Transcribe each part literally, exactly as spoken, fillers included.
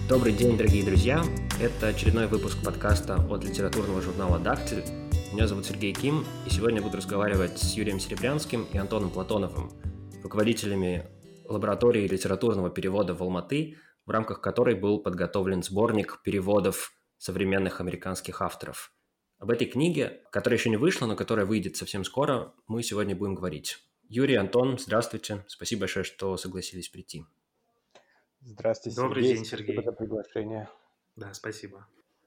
Добрый день, дорогие друзья! Это очередной выпуск подкаста от литературного журнала «Дактиль». Меня зовут Сергей Ким, и сегодня я буду разговаривать с Юрием Серебрянским и Антоном Платоновым, руководителями лаборатории литературного перевода в Алматы, в рамках которой был подготовлен сборник переводов современных американских авторов. Об этой книге, которая еще не вышла, но которая выйдет совсем скоро, мы сегодня будем говорить. Юрий, Антон, здравствуйте. Спасибо большое, что согласились прийти. Здравствуйте, Добрый Сергей. день, Сергей. Спасибо за приглашение. Да, спасибо.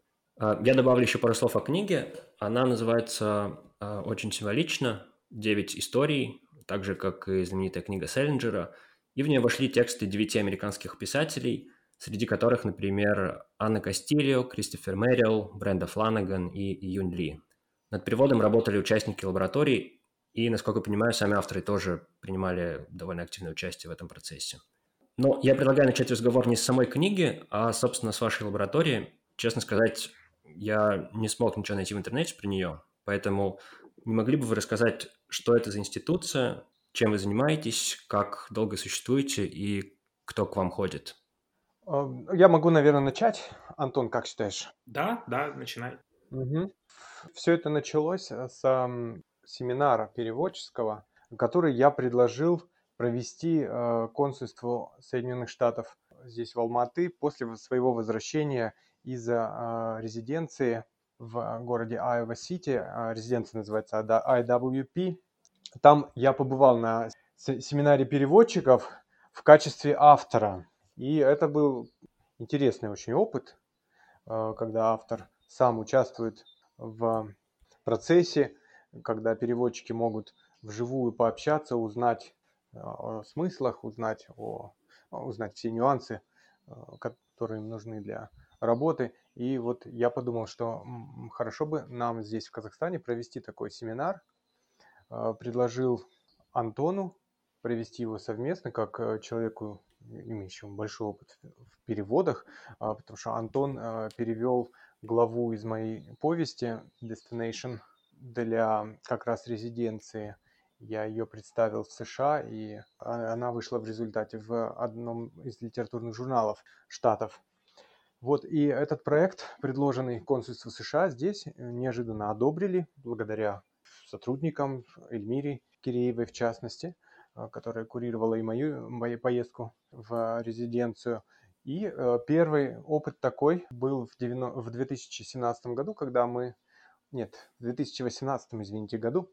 Я добавлю еще пару слов о книге. Она называется очень символично «Девять историй», так же, как и знаменитая книга Селлинджера. И в нее вошли тексты девяти американских писателей, среди которых, например, Анна Кастильо, Кристофер Мэрил, Бренда Фланаган и Юнь Ли. Над переводом работали участники лабораторий, и, насколько я понимаю, сами авторы тоже принимали довольно активное участие в этом процессе. Но я предлагаю начать разговор не с самой книги, а, собственно, с вашей лаборатории. Честно сказать, я не смог ничего найти в интернете про нее, поэтому не могли бы вы рассказать, что это за институция, чем вы занимаетесь, как долго существуете и кто к вам ходит? Я могу, наверное, начать. Антон, как считаешь? Да, да, начинай. Угу. Все это началось с м, семинара переводческого, который я предложил провести э, консульству Соединенных Штатов здесь, в Алматы, после своего возвращения из э, резиденции в городе Айова-Сити. Резиденция называется ай дабл ю пи. Там я побывал на семинаре переводчиков в качестве автора. И это был интересный очень опыт, когда автор сам участвует в процессе, когда переводчики могут вживую пообщаться, узнать о смыслах, узнать, о, узнать все нюансы, которые им нужны для работы. И вот я подумал, что хорошо бы нам здесь, в Казахстане, провести такой семинар. Предложил Антону провести его совместно, как человеку, имеющему большой опыт в переводах, потому что Антон перевел главу из моей повести «Destination» для как раз резиденции. Я ее представил в США, и она вышла в результате в одном из литературных журналов Штатов. Вот, и этот проект, предложенный консульству США, здесь неожиданно одобрили, благодаря сотрудникам, Эльмире Киреевой в частности, которая курировала и мою, мою поездку в резиденцию. И э, первый опыт такой был в, девяносто, в две тысячи семнадцатом году, когда мы, нет, в две тысячи восемнадцатом, извините, году,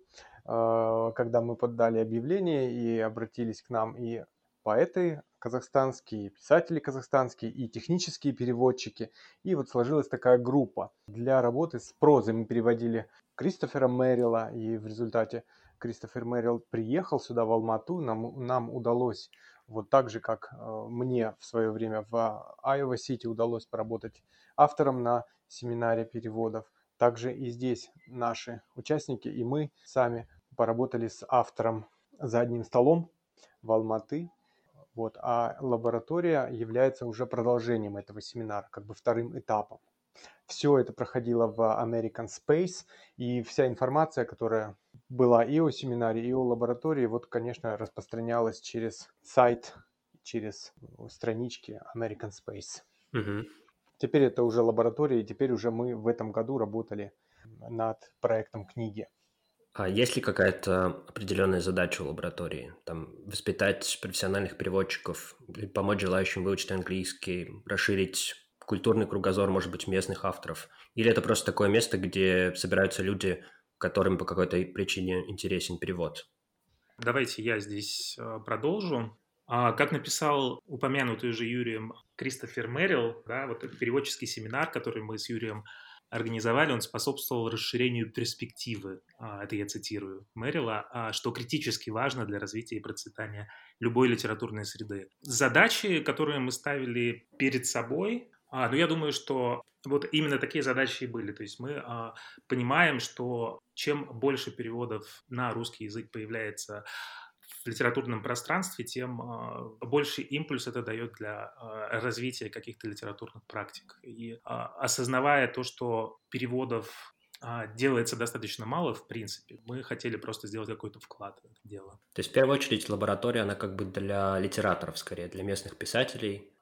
э, когда мы подали объявление и обратились к нам и поэты казахстанские, писатели казахстанские и технические переводчики. И вот сложилась такая группа для работы с прозой. Мы переводили Кристофера Мэрила, и в результате Кристофер Мэрил приехал сюда, в Алмату. Нам, нам удалось, вот так же, как э, мне в свое время в Айова-Сити удалось поработать автором на семинаре переводов, также и здесь наши участники и мы сами поработали с автором за одним столом в Алматы. Вот, а лаборатория является уже продолжением этого семинара, как бы вторым этапом. Все это проходило в American Space, и вся информация, которая была и о семинаре, и о лаборатории, вот, конечно, распространялась через сайт, через странички American Space. Угу. Теперь это уже лаборатория, и теперь уже мы в этом году работали над проектом книги. А есть ли какая-то определенная задача у лаборатории? Там, воспитать профессиональных переводчиков, помочь желающим выучить английский, расширить культурный кругозор, может быть, местных авторов? Или это просто такое место, где собираются люди, которым по какой-то причине интересен перевод? Давайте я здесь продолжу. Как написал упомянутый уже Юрием Кристофер Мэрил, да, вот этот переводческий семинар, который мы с Юрием организовали, он способствовал расширению перспективы, это я цитирую Мэрила, что критически важно для развития и процветания любой литературной среды. Задачи, которые мы ставили перед собой, ну, я думаю, что вот именно такие задачи и были. То есть мы понимаем, что чем больше переводов на русский язык появляется в литературном пространстве, тем э, больше импульс это дает для э, развития каких-то литературных практик. И э, осознавая то, что переводов э, делается достаточно мало, в принципе, мы хотели просто сделать какой-то вклад в это дело. То есть, в первую очередь, лаборатория, она как бы для литераторов, скорее, для местных писателей,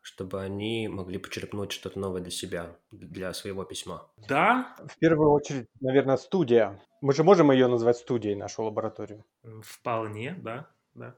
чтобы они могли почерпнуть что-то новое для себя, для своего письма? Да, В первую очередь, наверное, студия. Мы же можем ее назвать студией, нашу лабораторию. м, вполне, да, да.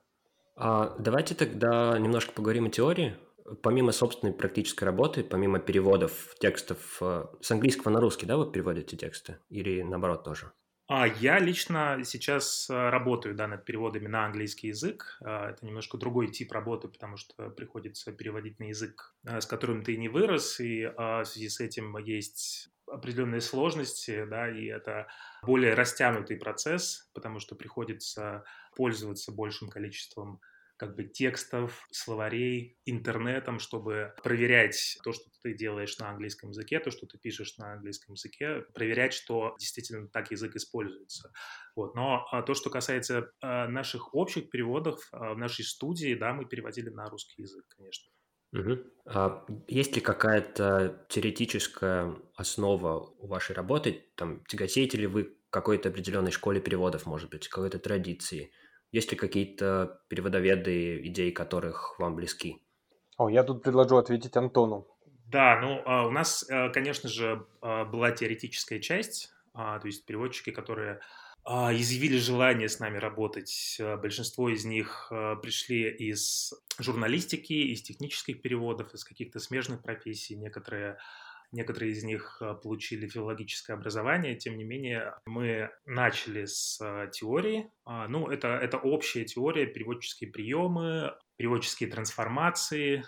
А давайте тогда немножко поговорим о теории. Помимо собственной практической работы, помимо переводов текстов э, с английского на русский, да, вы переводите тексты? Или наоборот тоже? А я лично сейчас а, работаю, да, над переводами на английский язык. А, Это немножко другой тип работы, потому что приходится переводить на язык, а, с которым ты не вырос, и а, в связи с этим есть определенные сложности, да, и это более растянутый процесс, потому что приходится пользоваться большим количеством как бы текстов, словарей, интернетом, чтобы проверять то, что ты делаешь на английском языке, то, что ты пишешь на английском языке, проверять, что действительно так язык используется. Вот. Но а, то, что касается а, наших общих переводов, а, в нашей студии, да, мы переводили на русский язык, конечно. Мгм. А есть ли какая-то теоретическая основа у вашей работы? Там, тяготеете ли вы к какой-то определенной школе переводов, может быть, какой-то традиции? Есть ли какие-то переводоведы, идеи которых вам близки? О, я тут предложу ответить Антону. Да, ну, а, у нас, а, конечно же, а, была теоретическая часть, а, то есть переводчики, которые а, изъявили желание с нами работать. А, Большинство из них а, пришли из журналистики, из технических переводов, из каких-то смежных профессий. Некоторые, некоторые из них а, получили филологическое образование. Тем не менее, мы начали с а, теории. А, Ну, это, это общая теория, переводческие приемы, переводческие трансформации,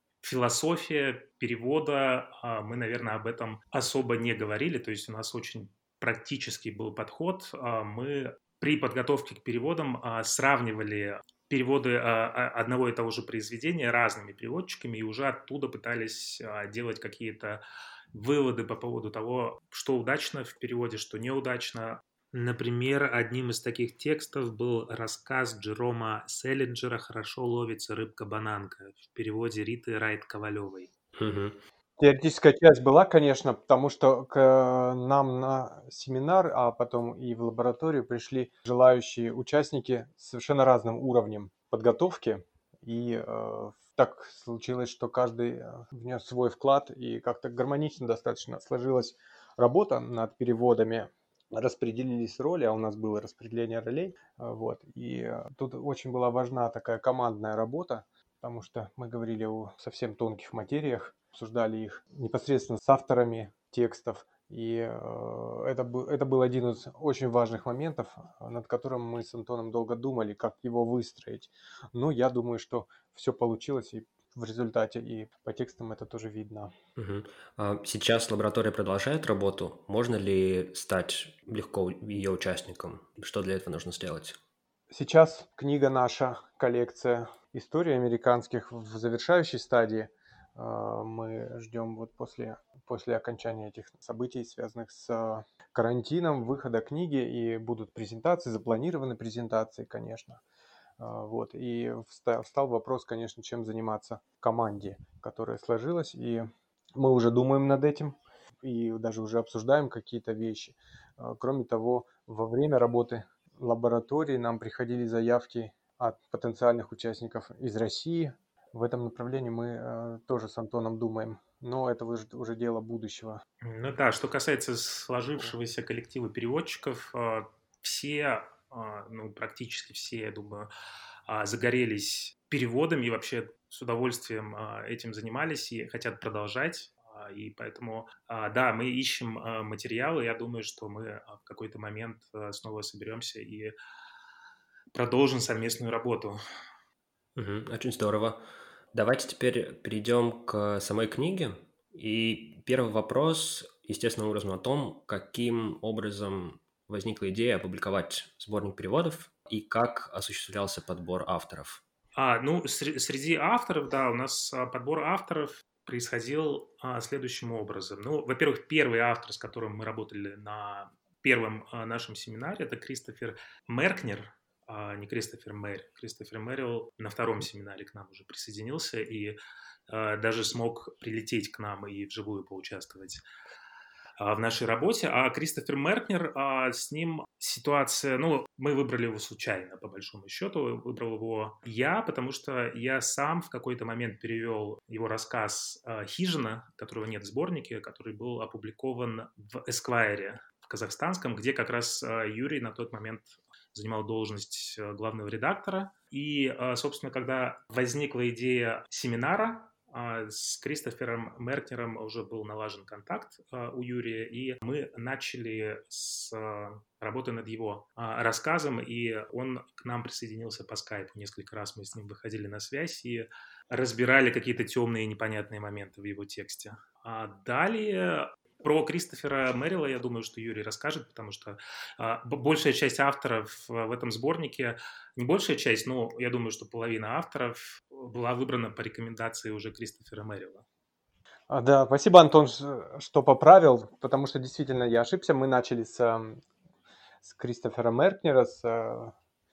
философия перевода, а, мы, наверное, об этом особо не говорили, то есть у нас очень практический был подход. А, Мы при подготовке к переводам а, сравнивали переводы а, а, одного и того же произведения разными переводчиками и уже оттуда пытались а, делать какие-то выводы по поводу того, что удачно в переводе, что неудачно. Например, одним из таких текстов был рассказ Джерома Селлинджера «Хорошо ловится рыбка-бананка» в переводе Риты Райт-Ковалевой. Мгм. Теоретическая часть была, конечно, потому что к нам на семинар, а потом и в лабораторию пришли желающие участники с совершенно разным уровнем подготовки. И э, так случилось, что каждый э, внес свой вклад, и как-то гармонично достаточно сложилась работа над переводами. Распределились роли, а у нас было распределение ролей. э, Вот. И э, тут очень была важна такая командная работа, потому что мы говорили о совсем тонких материях, обсуждали их непосредственно с авторами текстов. И э, это, был, это был один из очень важных моментов, э, над которым мы с Антоном долго думали, как его выстроить. Но я думаю, что все получилось и в результате, и по текстам это тоже видно. Мгм. А сейчас лаборатория продолжает работу. Можно ли стать легко ее участником? Что для этого нужно сделать? Сейчас книга наша, коллекция истории американских в завершающей стадии. Э, Мы ждем вот после, после окончания этих событий, связанных с э, карантином, выхода книги, и будут презентации, запланированы презентации, конечно. Э, Вот. И вста- встал вопрос, конечно, чем заниматься команде, которая сложилась, и мы уже думаем над этим, и даже уже обсуждаем какие-то вещи. Э, Кроме того, во время работы лаборатории нам приходили заявки от потенциальных участников из России. В этом направлении мы э, тоже с Антоном думаем, но это уже, уже дело будущего. Ну да, что касается сложившегося коллектива переводчиков, а, все, а, ну практически все, я думаю, а, загорелись переводами и вообще с удовольствием а, этим занимались и хотят продолжать. А, И поэтому, а, да, мы ищем а, материалы. Я думаю, что мы а, в какой-то момент а, снова соберемся и продолжим совместную работу. Мгм. Очень здорово. Давайте теперь перейдем к самой книге. И первый вопрос, естественным образом, о том, каким образом возникла идея опубликовать сборник переводов и как осуществлялся подбор авторов. А, ну, сре- среди авторов, да, у нас а, подбор авторов происходил а, следующим образом. Ну, во-первых, первый автор, с которым мы работали на первом а, нашем семинаре, это Кристофер Меркнер, а, не Кристофер Мэр. Кристофер Мэрил на втором семинаре к нам уже присоединился и а, даже смог прилететь к нам и вживую поучаствовать. в нашей работе. А Кристофер Меркнер, с ним ситуация... Ну, мы выбрали его случайно, по большому счету. Выбрал его я, потому что я сам в какой-то момент перевел его рассказ «Хижина», которого нет в сборнике, который был опубликован в Эсквайре, в казахстанском, где как раз Юрий на тот момент занимал должность главного редактора. И, собственно, когда возникла идея семинара, с Кристофером Меркнером уже был налажен контакт у Юрия, и мы начали с работы над его рассказом, и он к нам присоединился по скайпу. Несколько раз мы с ним выходили на связь и разбирали какие-то темные непонятные моменты в его тексте. А далее... Про Кристофера Меррилла, я думаю, что Юрий расскажет, потому что а, большая часть авторов в этом сборнике, не большая часть, но я думаю, что половина авторов была выбрана по рекомендации уже Кристофера Меррилла. А, да, спасибо, Антон, что поправил, потому что действительно я ошибся. Мы начали с, с Кристофера Меркнера, с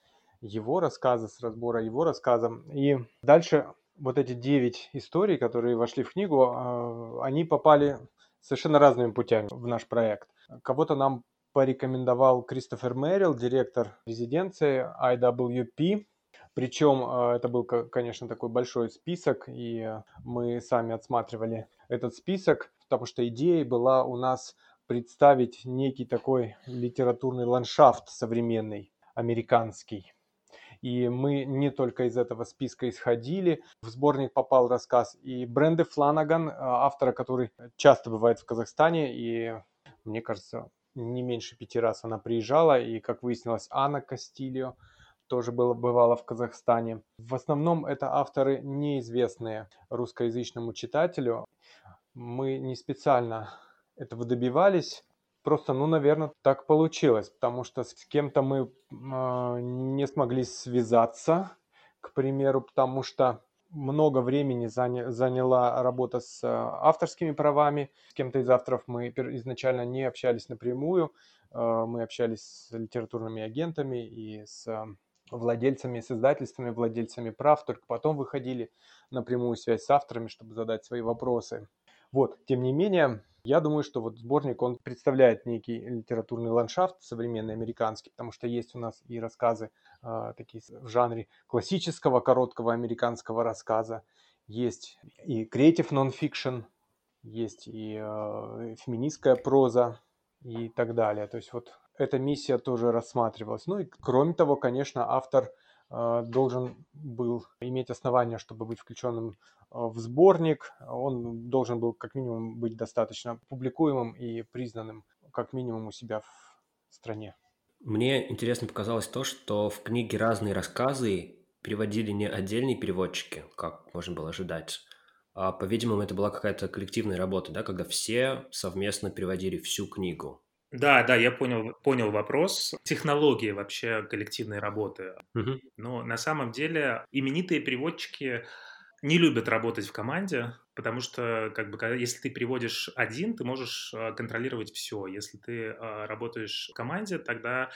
его рассказа, с разбора его рассказа. И дальше вот эти девять историй, которые вошли в книгу, они попали совершенно разными путями в наш проект. Кого-то нам порекомендовал Кристофер Меррилл, директор резиденции ай дабл ю пи. Причем это был, конечно, такой большой список, и мы сами отсматривали этот список, потому что идея была у нас представить некий такой литературный ландшафт современный, американский. И мы не только из этого списка исходили. В сборник попал рассказ и Бренды Фланаган, автора, который часто бывает в Казахстане, и, мне кажется, не меньше пяти раз она приезжала. И, как выяснилось, Анна Кастильо тоже было, бывала в Казахстане. В основном это авторы, неизвестные русскоязычному читателю. Мы не специально этого добивались. Просто, ну, наверное, так получилось, потому что с кем-то мы э, не смогли связаться, к примеру, потому что много времени заня- заняла работа с э, авторскими правами. С кем-то из авторов мы изначально не общались напрямую. Э, мы общались с литературными агентами и с э, владельцами, с издательствами, владельцами прав. Только потом выходили на прямую связь с авторами, чтобы задать свои вопросы. Вот, тем не менее... Я думаю, что вот сборник, он представляет некий литературный ландшафт современный американский, потому что есть у нас и рассказы э, такие в жанре классического короткого американского рассказа, есть и creative non-fiction, есть и э, феминистская проза и так далее. То есть вот эта миссия тоже рассматривалась. Ну и кроме того, конечно, автор э, должен был иметь основания, чтобы быть включенным в сборник. Он должен был как минимум быть достаточно публикуемым и признанным как минимум у себя в стране. Мне интересно показалось то, что в книге разные рассказы переводили не отдельные переводчики, как можно было ожидать, а, по-видимому, это была какая-то коллективная работа, да, когда все совместно переводили всю книгу. Да, да, я понял, понял вопрос. Технологии вообще коллективной работы. Угу. Но на самом деле именитые переводчики не любят работать в команде, потому что, как бы, когда, если ты переводишь один, ты можешь э, контролировать все. Если ты э, работаешь в команде, тогда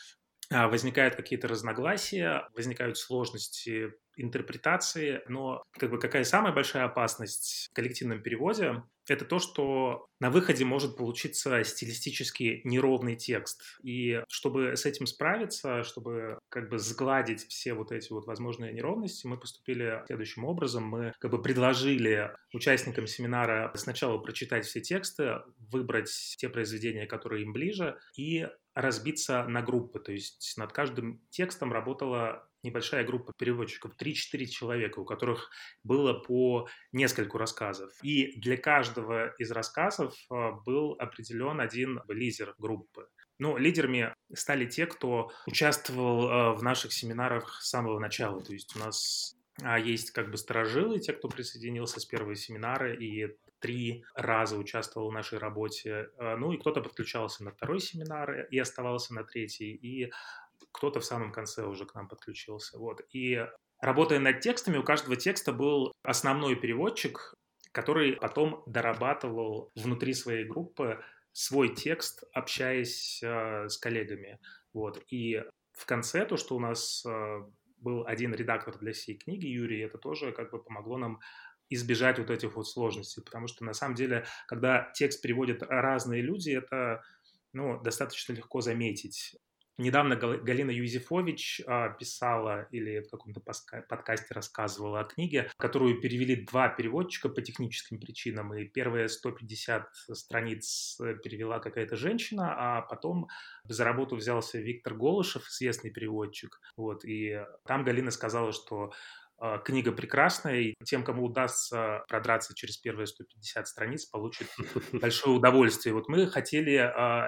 э, возникают какие-то разногласия, возникают сложности интерпретации, но как бы какая самая большая опасность в коллективном переводе? Это то, что на выходе может получиться стилистически неровный текст. И чтобы с этим справиться, чтобы как бы сгладить все вот эти вот возможные неровности, мы поступили следующим образом. Мы как бы предложили участникам семинара сначала прочитать все тексты, выбрать те произведения, которые им ближе, и разбиться на группы. То есть над каждым текстом работала небольшая группа переводчиков, три-четыре человека, у которых было по нескольку рассказов. И для каждого из рассказов был определен один лидер группы. Ну, лидерами стали те, кто участвовал в наших семинарах с самого начала. То есть у нас есть как бы сторожилы, те, кто присоединился с первого семинара и три раза участвовал в нашей работе. Ну и кто-то подключался на второй семинар и оставался на третий. И кто-то в самом конце уже к нам подключился. Вот. И работая над текстами, у каждого текста был основной переводчик, который потом дорабатывал внутри своей группы свой текст, общаясь э, с коллегами. Вот. И в конце то, что у нас э, был один редактор для всей книги, Юрий, это тоже как бы помогло нам избежать вот этих вот сложностей, потому что на самом деле, когда текст переводят разные люди, это, ну, достаточно легко заметить. Недавно Галина Юзефович а, писала или в каком-то подкасте рассказывала о книге, которую перевели два переводчика по техническим причинам. И первые сто пятьдесят страниц перевела какая-то женщина, а потом за работу взялся Виктор Голышев, известный переводчик. Вот, и там Галина сказала, что книга прекрасная, и тем, кому удастся продраться через первые сто пятьдесят страниц, получит большое удовольствие. Вот мы хотели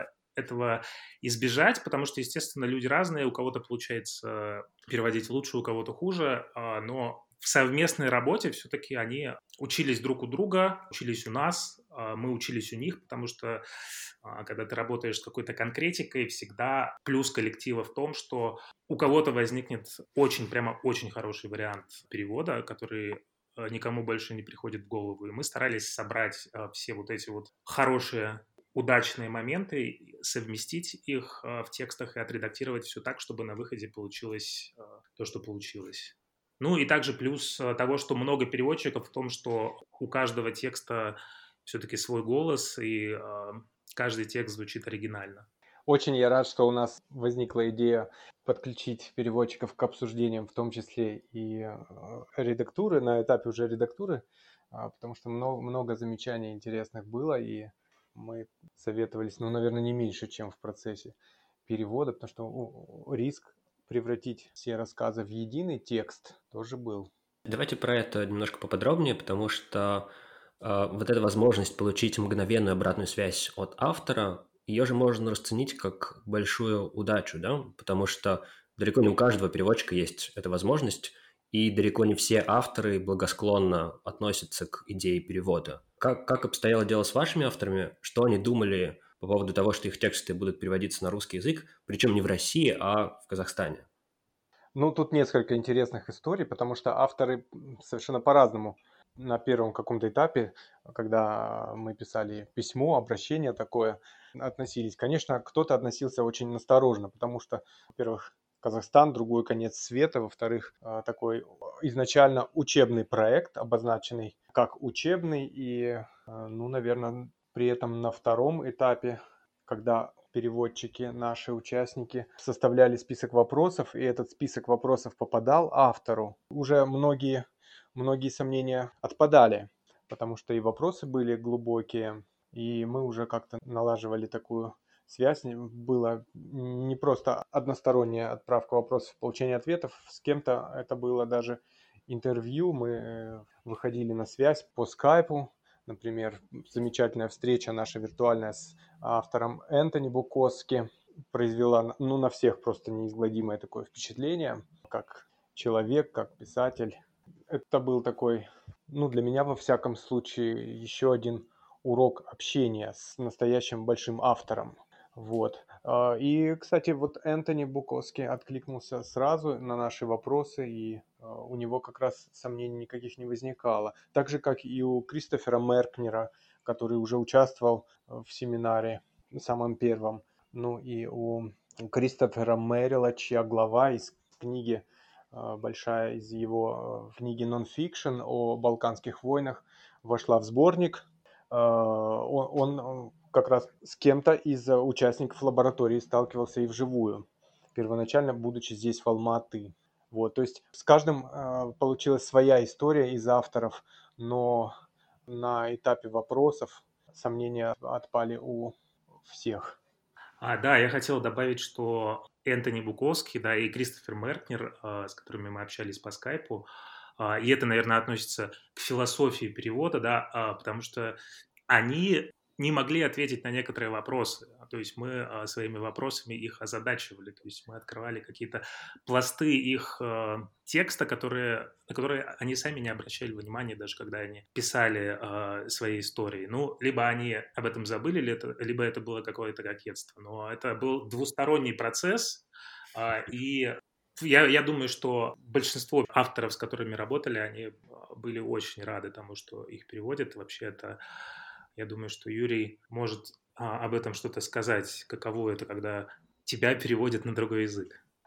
этого избежать, потому что, естественно, люди разные, у кого-то получается переводить лучше, у кого-то хуже, но в совместной работе все-таки они учились друг у друга, учились у нас, мы учились у них, потому что когда ты работаешь с какой-то конкретикой, всегда плюс коллектива в том, что у кого-то возникнет очень, прямо очень хороший вариант перевода, который никому больше не приходит в голову. И мы старались собрать все вот эти вот хорошие, удачные моменты, совместить их в текстах и отредактировать все так, чтобы на выходе получилось то, что получилось. Ну и также плюс того, что много переводчиков в том, что у каждого текста все-таки свой голос, и каждый текст звучит оригинально. Очень я рад, что у нас возникла идея подключить переводчиков к обсуждениям, в том числе и редактуры, на этапе уже редактуры, потому что много, много замечаний интересных было, и мы советовались, ну, наверное, не меньше, чем в процессе перевода, потому что риск превратить все рассказы в единый текст тоже был. Давайте про это немножко поподробнее, потому что э, вот эта возможность получить мгновенную обратную связь от автора, ее же можно расценить как большую удачу, да, потому что далеко не у каждого переводчика есть эта возможность, и далеко не все авторы благосклонно относятся к идее перевода. Как, как обстояло дело с вашими авторами? Что они думали по поводу того, что их тексты будут переводиться на русский язык, причем не в России, а в Казахстане? Ну, тут несколько интересных историй, потому что авторы совершенно по-разному на первом каком-то этапе, когда мы писали письмо, обращение такое, относились. Конечно, кто-то относился очень осторожно, потому что, во-первых, Казахстан, другой конец света, во-вторых, такой изначально учебный проект, обозначенный как учебный, и, ну, наверное, при этом на втором этапе, когда переводчики, наши участники, составляли список вопросов, и этот список вопросов попадал автору, уже многие, многие сомнения отпадали, потому что и вопросы были глубокие, и мы уже как-то налаживали такую связь. Была не просто односторонняя отправка вопросов, получение ответов. С кем-то это было даже интервью. Мы выходили на связь по скайпу. Например, замечательная встреча наша виртуальная с автором Энтони Букоски произвела, ну, на всех просто неизгладимое такое впечатление, как человек, как писатель. Это был такой, ну, для меня, во всяком случае, еще один урок общения с настоящим большим автором. Вот. И, кстати, вот Энтони Букоски откликнулся сразу на наши вопросы, и у него как раз сомнений никаких не возникало. Так же, как и у Кристофера Меркнера, который уже участвовал в семинаре, самом первом. Ну и у Кристофера Мэрилла, чья глава из книги, большая из его книги «Нонфикшн» о Балканских войнах, вошла в сборник. Он, он как раз с кем-то из участников лаборатории сталкивался и вживую, первоначально будучи здесь в Алма-Аты. Вот, то есть с каждым э, получилась своя история из авторов, но на этапе вопросов сомнения отпали у всех. А, да, я хотел добавить, что Энтони Буковский, да, и Кристофер Меркнер, э, с которыми мы общались по скайпу, э, и это, наверное, относится к философии перевода, да, э, потому что они не могли ответить на некоторые вопросы. То есть мы а, своими вопросами их озадачивали. То есть мы открывали какие-то пласты их э, текста, которые, на которые они сами не обращали внимания, даже когда они писали э, свои истории. Ну, либо они об этом забыли, либо это было какое-то кокетство. Но это был двусторонний процесс, э, и я, я думаю, что большинство авторов, с которыми работали, они были очень рады тому, что их переводят. Вообще это... Я думаю, что Юрий может а, об этом что-то сказать. Каково это, когда тебя переводят на другой язык?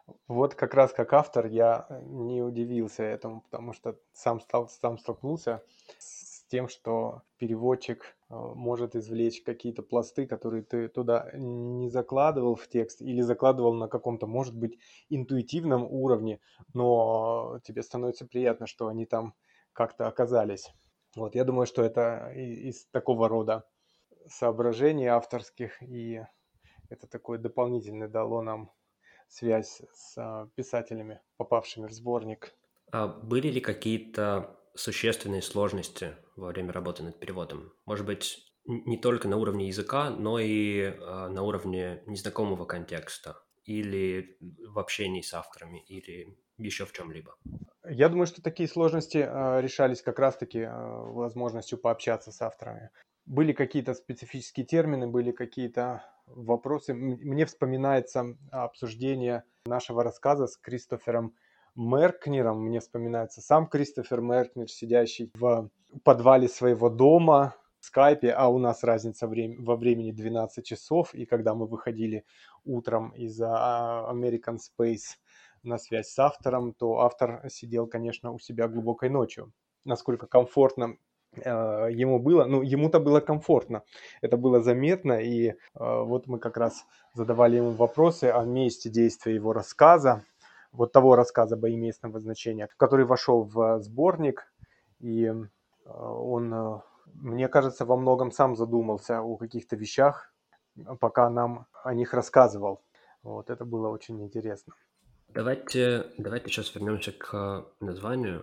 Вот как раз как автор я э, не удивился этому, потому что сам, стал, сам столкнулся с тем, что переводчик э, может извлечь какие-то пласты, которые ты туда не закладывал в текст или закладывал на каком-то, может быть, интуитивном уровне, но тебе становится приятно, что они там как-то оказались. Вот, я думаю, что это и- из такого рода соображений авторских, и это такое дополнительное дало нам связь с а, писателями, попавшими в сборник. А были ли какие-то существенные сложности во время работы над переводом? Может быть, н- не только на уровне языка, но и а, на уровне незнакомого контекста или в общении с авторами, или еще в чем-либо? Я думаю, что такие сложности а, решались как раз-таки а, возможностью пообщаться с авторами. Были какие-то специфические термины, были какие-то вопросы. М- Мне вспоминается обсуждение нашего рассказа с Кристофером Меркнером. Мне вспоминается сам Кристофер Меркнер, сидящий в подвале своего дома в скайпе, а у нас разница врем- во времени двенадцать часов, и когда мы выходили утром из а, American Space на связь с автором, то автор сидел, конечно, у себя глубокой ночью. Насколько комфортно э, ему было, ну, ему-то было комфортно, это было заметно, и э, вот мы как раз задавали ему вопросы о месте действия его рассказа, вот того рассказа «Бои местного значения», который вошел в сборник, и э, он, э, мне кажется, во многом сам задумался о каких-то вещах, пока нам о них рассказывал. Вот это было очень интересно. Давайте, давайте сейчас вернемся к названию.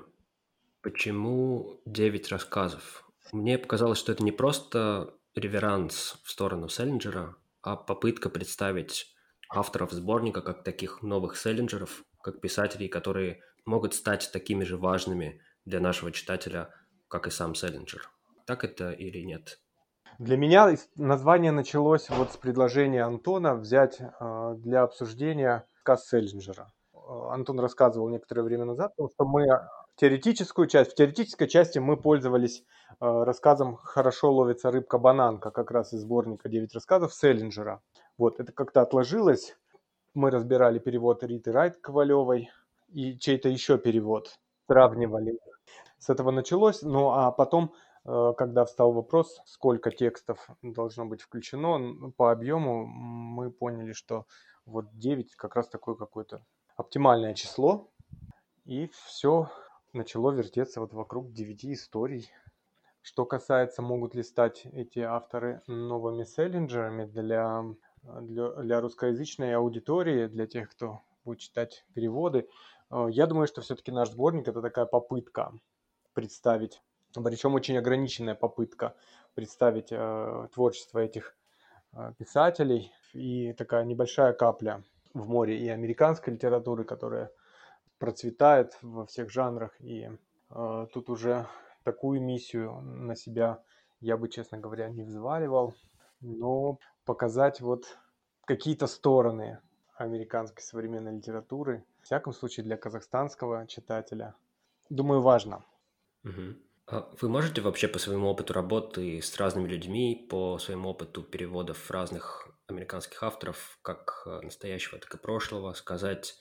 Почему девять рассказов? Мне показалось, что это не просто реверанс в сторону Селлинджера, а попытка представить авторов сборника как таких новых Селлинджеров, как писателей, которые могут стать такими же важными для нашего читателя, как и сам Селлинджер. Так это или нет? Для меня ис- название началось вот с предложения Антона взять а, для обсуждения сказ Селлинджера. А, Антон рассказывал некоторое время назад, потому что мы теоретическую часть, в теоретической части мы пользовались а, рассказом «Хорошо ловится рыбка-бананка», как раз из сборника «Девять рассказов» Селлинджера. Вот, это как-то отложилось. Мы разбирали перевод Риты Райт Ковалевой и чей-то еще перевод. Сравнивали. С этого началось, ну а потом, э, когда встал вопрос, сколько текстов должно быть включено, н- по объему мы поняли, что вот девять как раз такое какое-то оптимальное число, и все начало вертеться вот вокруг девяти историй. Что касается, могут ли стать эти авторы новыми селлинджерами для, для, для русскоязычной аудитории, для тех, кто будет читать переводы, э, я думаю, что все-таки наш сборник это такая попытка представить, причем очень ограниченная попытка представить э, творчество этих э, писателей и такая небольшая капля в море и американской литературы, которая процветает во всех жанрах, и э, тут уже такую миссию на себя я бы, честно говоря, не взваливал, но показать вот какие-то стороны американской современной литературы, в всяком случае для казахстанского читателя, думаю, важно. Мгм. А вы можете вообще по своему опыту работы с разными людьми, по своему опыту переводов разных американских авторов, как э, настоящего, так и прошлого, сказать,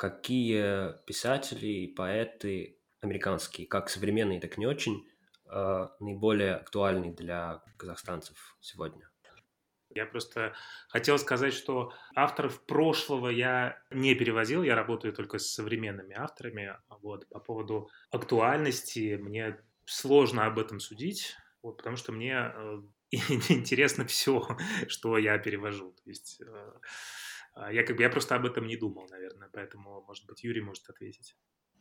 какие писатели и поэты американские, как современные, так и не очень, э, наиболее актуальны для казахстанцев сегодня? Я просто хотел сказать, что авторов прошлого я не переводил, я работаю только с современными авторами. Вот, по поводу актуальности мне сложно об этом судить, вот, потому что мне э, интересно все, что я перевожу. То есть э, а, я как бы я просто об этом не думал, наверное, поэтому, может быть, Юрий может ответить.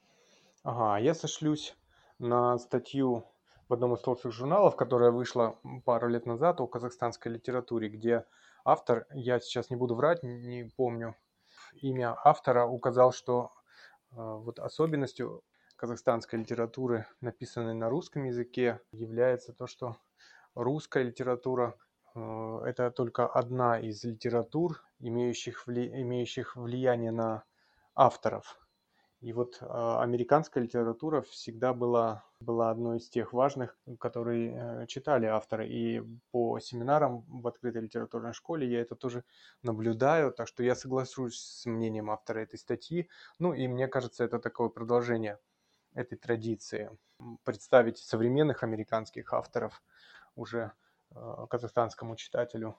Ага, а я сошлюсь на статью в одном из толстых журналов, которая вышла м, пару лет назад о казахстанской литературе, где автор, я сейчас не буду врать, не помню имя автора, указал, что э, вот особенностью казахстанской литературы, написанной на русском языке, является то, что русская литература э, это только одна из литератур, имеющих, вли- имеющих влияние на авторов. И вот а, американская литература всегда была, была одной из тех важных, которые э, читали авторы. И по семинарам в открытой литературной школе я это тоже наблюдаю, так что я соглашусь с мнением автора этой статьи. Ну и мне кажется, это такое продолжение этой традиции. М, Представить современных американских авторов уже э, казахстанскому читателю.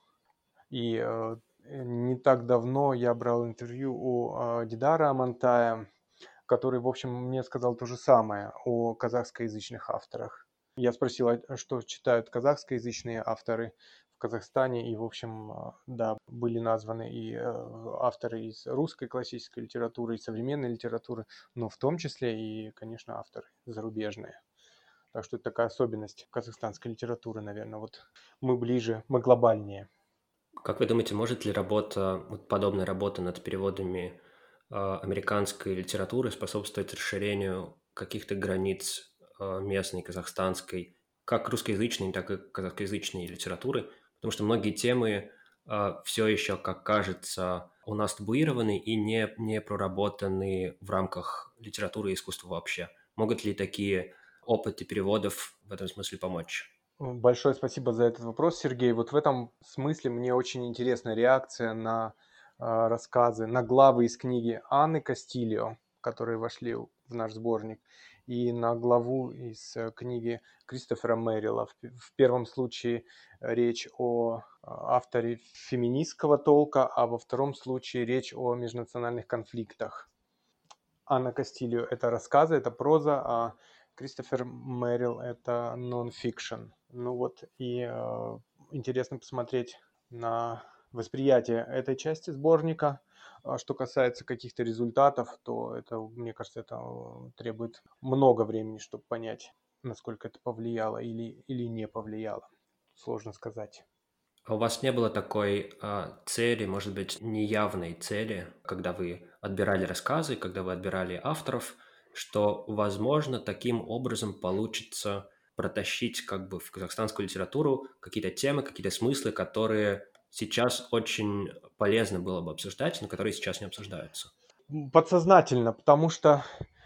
И э, не так давно я брал интервью у э, Дидара Амантая, который, в общем, мне сказал то же самое о казахскоязычных авторах. Я спросил, а что читают казахскоязычные авторы в Казахстане, и, в общем, а, да, были названы и э, авторы из русской классической литературы, и современной литературы, но в том числе и, конечно, авторы зарубежные. Так что это такая особенность казахстанской литературы, наверное. Вот мы ближе, мы глобальнее. Как вы думаете, может ли работа, вот подобная работа над переводами э, американской литературы способствовать расширению каких-то границ э, местной, казахстанской, как русскоязычной, так и казахскоязычной литературы? Потому что многие темы все еще, как кажется, у нас табуированы и не, не проработаны в рамках литературы и искусства вообще. Могут ли такие опыты переводов в этом смысле помочь? Большое спасибо за этот вопрос, Сергей. Вот в этом смысле мне очень интересна реакция на а, рассказы, на главы из книги Анны Кастильо, которые вошли в наш сборник, и на главу из э, книги Кристофера Мэрилла. В, п- в первом случае речь о а, авторе феминистского толка, а во втором случае речь о межнациональных конфликтах. Анна Кастильо – это рассказы, это проза, а Кристофер Мэрилл – это нон-фикшн. Ну вот и э, интересно посмотреть на восприятие этой части сборника. А что касается каких-то результатов, то это, мне кажется, это э, требует много времени, чтобы понять, насколько это повлияло или, или не повлияло. Сложно сказать. А у вас не было такой а, цели, может быть, неявной цели, когда вы отбирали рассказы, когда вы отбирали авторов, что, возможно, таким образом получится протащить как бы в казахстанскую литературу какие-то темы, какие-то смыслы, которые сейчас очень полезно было бы обсуждать, но которые сейчас не обсуждаются? Подсознательно, потому что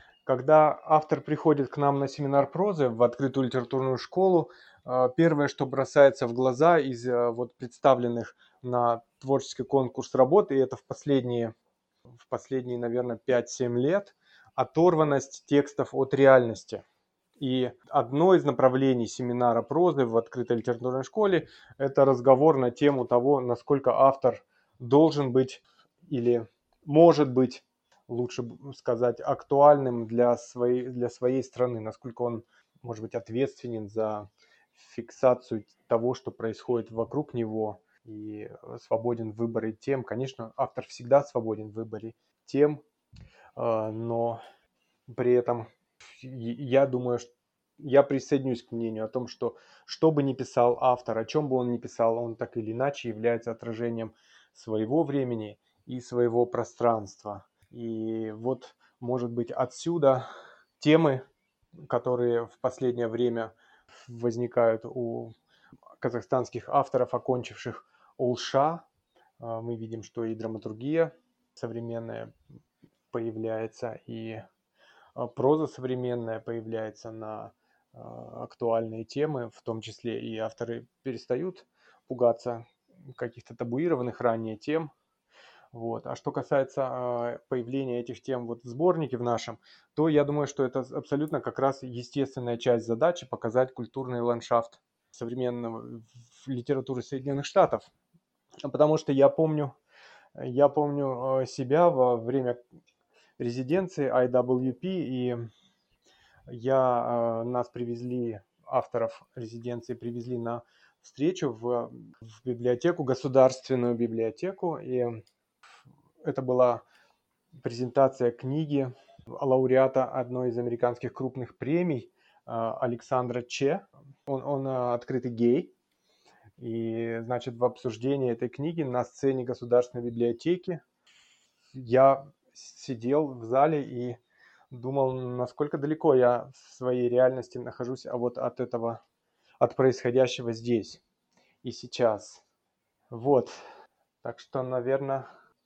когда автор приходит к нам на семинар прозы в открытую литературную школу, э, первое, что бросается в глаза из э, вот представленных на творческий конкурс работ, и это в последние, в последние, наверное, пять-семь лет, оторванность текстов от реальности. И одно из направлений семинара прозы в открытой литературной школе – это разговор на тему того, насколько автор должен быть или может быть, лучше сказать, актуальным для своей, для своей страны, насколько он может быть ответственен за фиксацию того, что происходит вокруг него, и свободен в выборе тем. Конечно, автор всегда свободен в выборе тем, э, но при этом я думаю, что я присоединюсь к мнению о том, что что бы ни писал автор, о чем бы он ни писал, он так или иначе является отражением своего времени и своего пространства. И вот, может быть, отсюда темы, которые в последнее время возникают у казахстанских авторов, окончивших ОЛШа. А, Мы видим, что и драматургия современная появляется, и а, проза современная появляется на а, актуальные темы, в том числе и авторы перестают пугаться каких-то табуированных ранее тем. Вот. А что касается а, появления этих тем вот в сборнике в нашем, то я думаю, что это абсолютно как раз естественная часть задачи показать культурный ландшафт современного в литературы Соединенных Штатов. Потому что я помню, я помню а, себя во время резиденции ай дабл ю пи, и я, э, нас привезли, авторов резиденции привезли на встречу в, в библиотеку, государственную библиотеку, и это была презентация книги лауреата одной из американских крупных премий э, Александра Че. Он, он э, открытый гей, и, значит, в обсуждении этой книги на сцене Государственной библиотеки я сидел в зале и думал, насколько далеко я в своей реальности нахожусь, а вот от этого, от происходящего здесь и сейчас. Вот. Так что, наверное,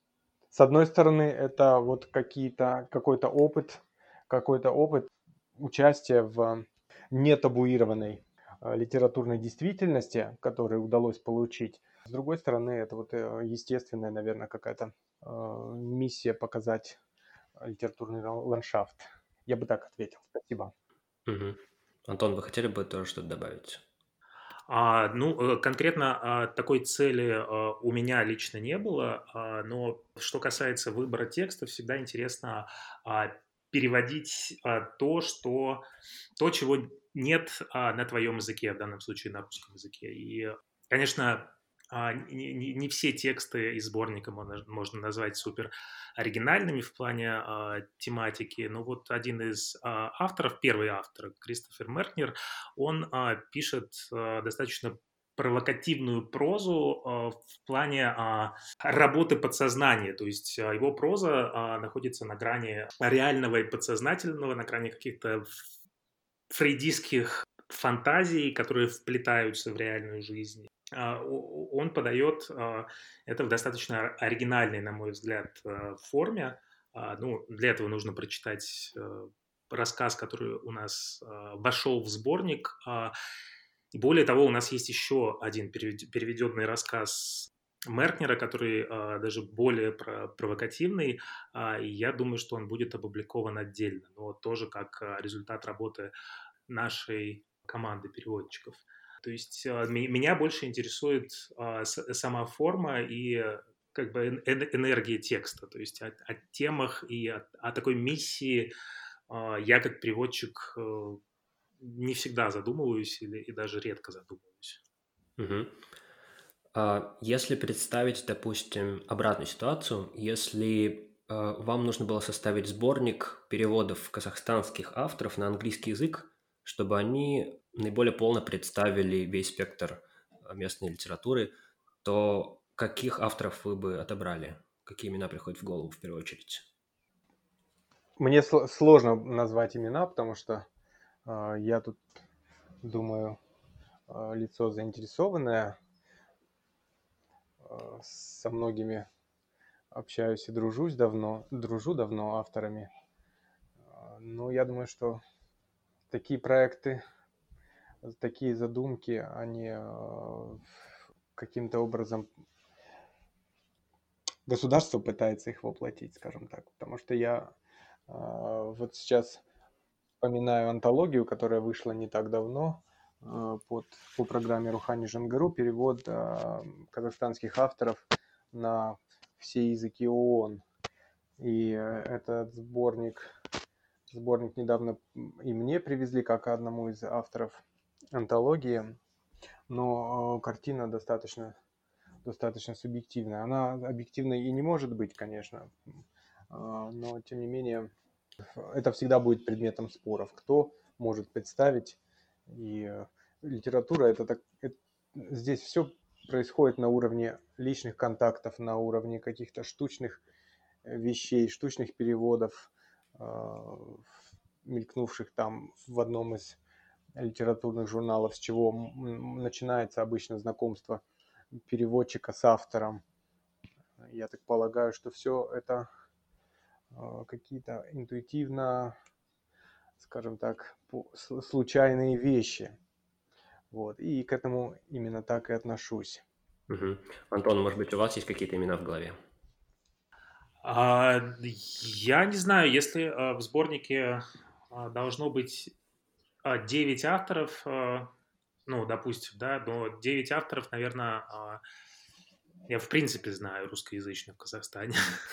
С одной стороны, это вот какие-то, какой-то опыт, какой-то опыт участия в нетабуированной э, литературной действительности, который удалось получить. С другой стороны, это вот э, естественная, наверное, какая-то э, миссия показать литературный лан- ландшафт. Я бы так ответил. Спасибо. Мгм. Антон, вы хотели бы тоже что-то добавить? А, ну, э, конкретно а, такой цели а, у меня лично не было, а, но что касается выбора текста, всегда интересно а, переводить а, то, что, то, чего нет а, на твоем языке, в данном случае на русском языке. И, конечно, а, не, не- не все тексты из сборника можно, можно назвать супер оригинальными в плане а, тематики, но вот один из а, авторов, первый автор, Кристофер Меркнер, он а, пишет а, достаточно провокативную прозу а, в плане а, работы подсознания. То есть а, его проза а, находится на грани реального и подсознательного, на грани каких-то фрейдистских фантазий, которые вплетаются в реальную жизнь. А, о- Он подает а, это в достаточно оригинальной, на мой взгляд, а, форме. А, Ну, для этого нужно прочитать э, рассказ, который у нас а, вошел в сборник. А, И более того, у нас есть еще один перевед- переведенный рассказ Меркнера, который а, даже более про- провокативный, а, и я думаю, что он будет опубликован отдельно, но тоже как а, результат работы нашей команды переводчиков. То есть а, ми- меня больше интересует а, с- сама форма и э, как бы эн- эн- энергия текста, то есть о, о темах и о, о такой миссии а, я как переводчик э, не всегда задумываюсь или и даже редко задумываюсь. Мгм. А если представить, допустим, обратную ситуацию, если э, вам нужно было составить сборник переводов казахстанских авторов на английский язык, чтобы они наиболее полно представили весь спектр э, местной литературы, то каких авторов вы бы отобрали? Какие имена приходят в голову в первую очередь? Мне сло- сложно назвать имена, потому что э, я тут, думаю, э, лицо заинтересованное, э, со многими общаюсь и дружусь давно, дружу давно авторами. Э, Но я думаю, что такие проекты, такие задумки, они э, каким-то образом государство пытается их воплотить, скажем так. Потому что я э, вот сейчас вспоминаю антологию, которая вышла не так давно э, под, по программе Рухани Жангару, перевод э, казахстанских авторов на все языки ООН. И э, этот сборник, сборник недавно и мне привезли как одному из авторов антологии, но э, картина достаточно, достаточно субъективная. Она объективной и не может быть, конечно, э, но тем не менее это всегда будет предметом споров, кто может представить. И э, литература это так, это- здесь все происходит на уровне личных контактов, на уровне каких-то штучных э, вещей, штучных переводов, э, мелькнувших там в одном из литературных журналов, с чего м, начинается обычно знакомство переводчика с автором. Я так полагаю, что все это э, какие-то интуитивно, скажем так, случайные вещи. Вот. И к этому именно так и отношусь. Мгм. Антон, может быть, у вас есть какие-то имена в голове? А, я не знаю, если а, в сборнике а, должно быть а, девять авторов, а, ну, допустим, да, но девять авторов, наверное, а, я в принципе знаю русскоязычных в Казахстане.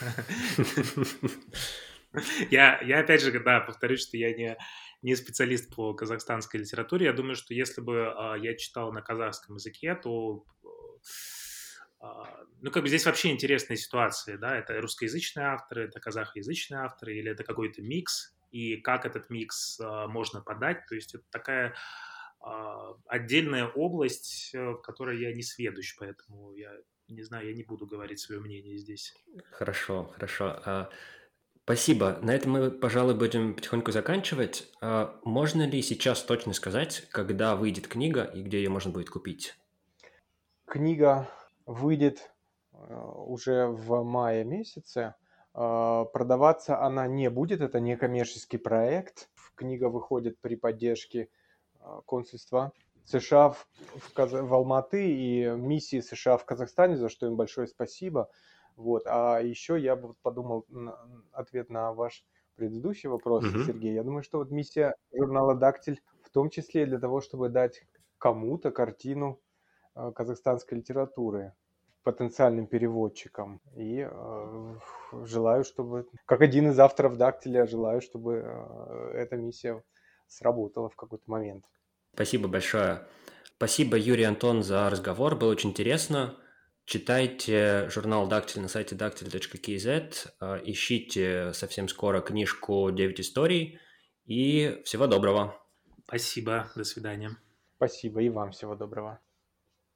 Я, я опять же, да, повторюсь, что я не, не специалист по казахстанской литературе. Я думаю, что если бы а, я читал на казахском языке, то а, ну, как бы здесь вообще интересная ситуация, да, это русскоязычные авторы, это казахоязычные авторы, или это какой-то микс, и как этот микс а, можно подать, то есть это такая а, отдельная область, э, в которой я не сведущ, поэтому я не знаю, я не буду говорить свое мнение здесь. Хорошо, хорошо. А, Спасибо. На этом мы, пожалуй, будем потихоньку заканчивать. А можно ли сейчас точно сказать, когда выйдет книга и где ее можно будет купить? Книга выйдет уже в мае месяце. Продаваться она не будет, это не коммерческий проект. Книга выходит при поддержке консульства США в, в, Каз... в Алматы и миссии США в Казахстане, за что им большое спасибо. Вот. А еще я бы подумал, ответ на ваш предыдущий вопрос, Мгм. Сергей. Я думаю, что вот миссия журнала «Дактиль» в том числе для того, чтобы дать кому-то картину э, казахстанской литературы, потенциальным переводчикам. И э, желаю, чтобы, как один из авторов «Дактиля», желаю, чтобы э, эта миссия сработала в какой-то момент. Спасибо большое. Спасибо, Юрий, Антон, за разговор. Было очень интересно. Читайте журнал «Дактиль» на сайте дактиль точка кей зет. э, Ищите совсем скоро книжку «девять историй». И всего доброго. Спасибо, до свидания. Спасибо и вам всего доброго.